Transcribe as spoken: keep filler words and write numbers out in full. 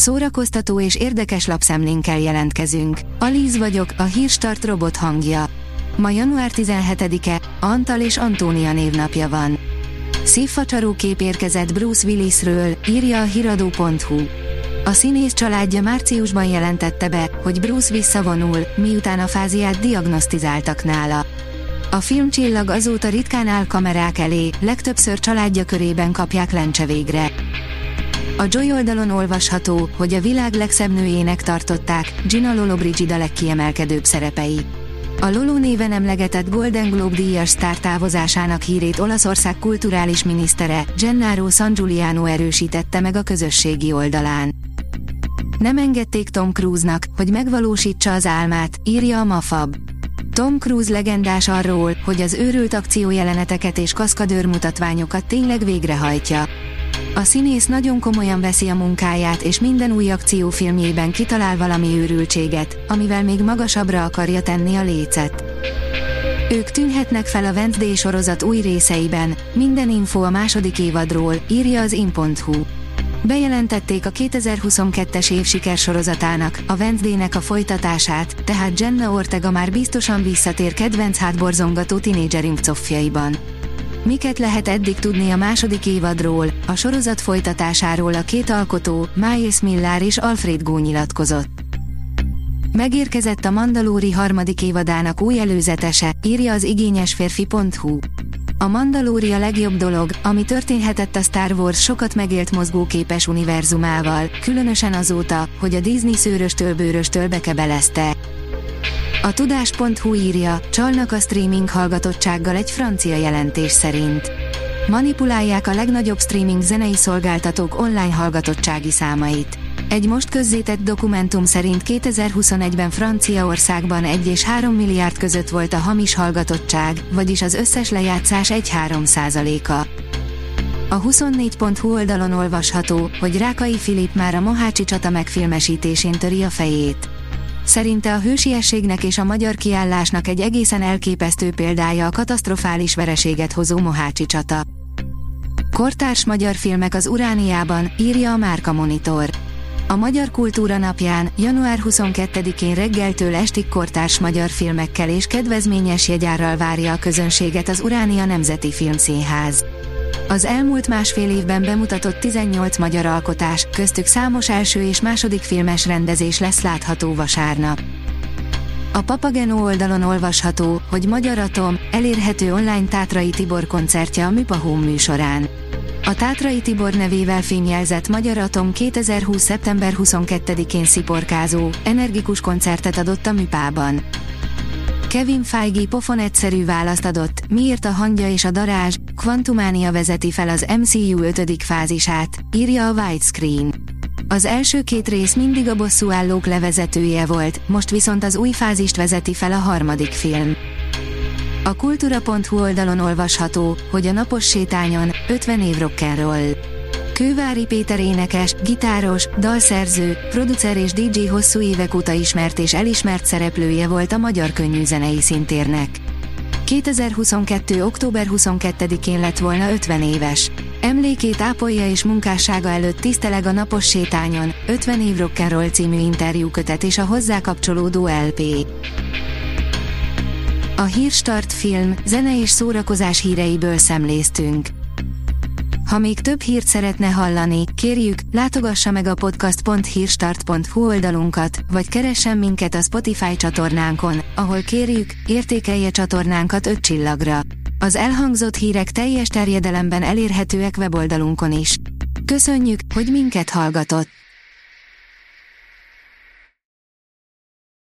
szórakoztató és érdekes lapszemlénkkel jelentkezünk. Alíz vagyok, a Hírstart robot hangja. Ma január tizenhetedike, Antal és Antónia névnapja van. Szívfacsaró kép érkezett Bruce Willisről, írja a hiradó pont hu. A színész családja márciusban jelentette be, hogy Bruce visszavonul, miután afáziát diagnosztizáltak nála. A filmcsillag azóta ritkán áll kamerák elé, legtöbbször családja körében kapják lencse végre. A Joy oldalon olvasható, hogy a világ legszebb nőjének tartották, Gina Lollobrigida legkiemelkedőbb szerepei. A Lolo néven emlegetett Golden Globe díjas sztár távozásának hírét Olaszország kulturális minisztere, Gennaro Sangiuliano erősítette meg a közösségi oldalán. Nem engedték Tom Cruise-nak, hogy megvalósítsa az álmát, írja a Mafab. Tom Cruise legendás arról, hogy az őrült akciójeleneteket és kaszkadőr mutatványokat tényleg végrehajtja. A színész nagyon komolyan veszi a munkáját, és minden új akciófilmjében kitalál valami őrültséget, amivel még magasabbra akarja tenni a lécet. Ők tűnhetnek fel a Wednesday sorozat új részeiben, minden info a második évadról, írja az in pont hu. Bejelentették a kétezer-huszonkettes év sikersorozatának, a Wednesday-nek a folytatását, tehát Jenna Ortega már biztosan visszatér kedvenc hátborzongató tinédzserünk coffjaiban. Miket lehet eddig tudni a második évadról, a sorozat folytatásáról a két alkotó, Miles Millar és Alfred Gough nyilatkozott. Megérkezett a Mandalori harmadik évadának új előzetese, írja az igényesférfi pont hu. A Mandalori a legjobb dolog, ami történhetett a Star Wars sokat megélt mozgóképes univerzumával, különösen azóta, hogy a Disney szőröstől bőröstől bekebelezte. A tudás pont hu írja, csalnak a streaming hallgatottsággal egy francia jelentés szerint. Manipulálják a legnagyobb streaming zenei szolgáltatók online hallgatottsági számait. Egy most közzétett dokumentum szerint kétezer-huszonegyben Franciaországban egy és három milliárd között volt a hamis hallgatottság, vagyis az összes lejátszás egy-három százaléka. A huszonnégy pont hu oldalon olvasható, hogy Rákai Filip már a mohácsi csata megfilmesítésén töri a fejét. Szerinte a hősiességnek és a magyar kiállásnak egy egészen elképesztő példája a katasztrofális vereséget hozó mohácsi csata. Kortárs magyar filmek az Urániában, írja a Márka Monitor. A Magyar Kultúra Napján, január huszonkettedikén reggeltől estig kortárs magyar filmekkel és kedvezményes jegyárral várja a közönséget az Uránia Nemzeti Filmszínház. Az elmúlt másfél évben bemutatott tizennyolc magyar alkotás, köztük számos első és második filmes rendezés lesz látható vasárnap. A Papageno oldalon olvasható, hogy Magyar Atom, elérhető online Tátrai Tibor koncertje a Műpa Home műsorán. A Tátrai Tibor nevével fémjelzett Magyar Atom kétezer-húsz szeptember huszonkettedikén sziporkázó, energikus koncertet adott a Műpában. Kevin Feige pofon egyszerű választ adott, miért a hangya és a darázs, Quantumania vezeti fel az em cé u ötödik fázisát, írja a Widescreen. Az első két rész mindig a bosszúállók levezetője volt, most viszont az új fázist vezeti fel a harmadik film. A kultúra pont hu oldalon olvasható, hogy a napos sétányon ötven év rock'n'roll. Kővári Péter énekes, gitáros, dalszerző, producer és dé dzsé hosszú évek óta ismert és elismert szereplője volt a magyar könnyűzenei szintérnek. kétezer-huszonkettő. október huszonkettedikén lett volna ötven éves. Emlékét ápolja és munkássága előtt tiszteleg a napos sétányon, ötven év rock'n'roll című interjúkötet és a hozzá kapcsolódó el pé. A Hírstart film, zene és szórakozás híreiből szemléztünk. Ha még több hírt szeretne hallani, kérjük, látogassa meg a podcast pont hírstart pont hu oldalunkat, vagy keressen minket a Spotify csatornánkon, ahol kérjük, értékelje csatornánkat öt csillagra. Az elhangzott hírek teljes terjedelemben elérhetőek weboldalunkon is. Köszönjük, hogy minket hallgatott!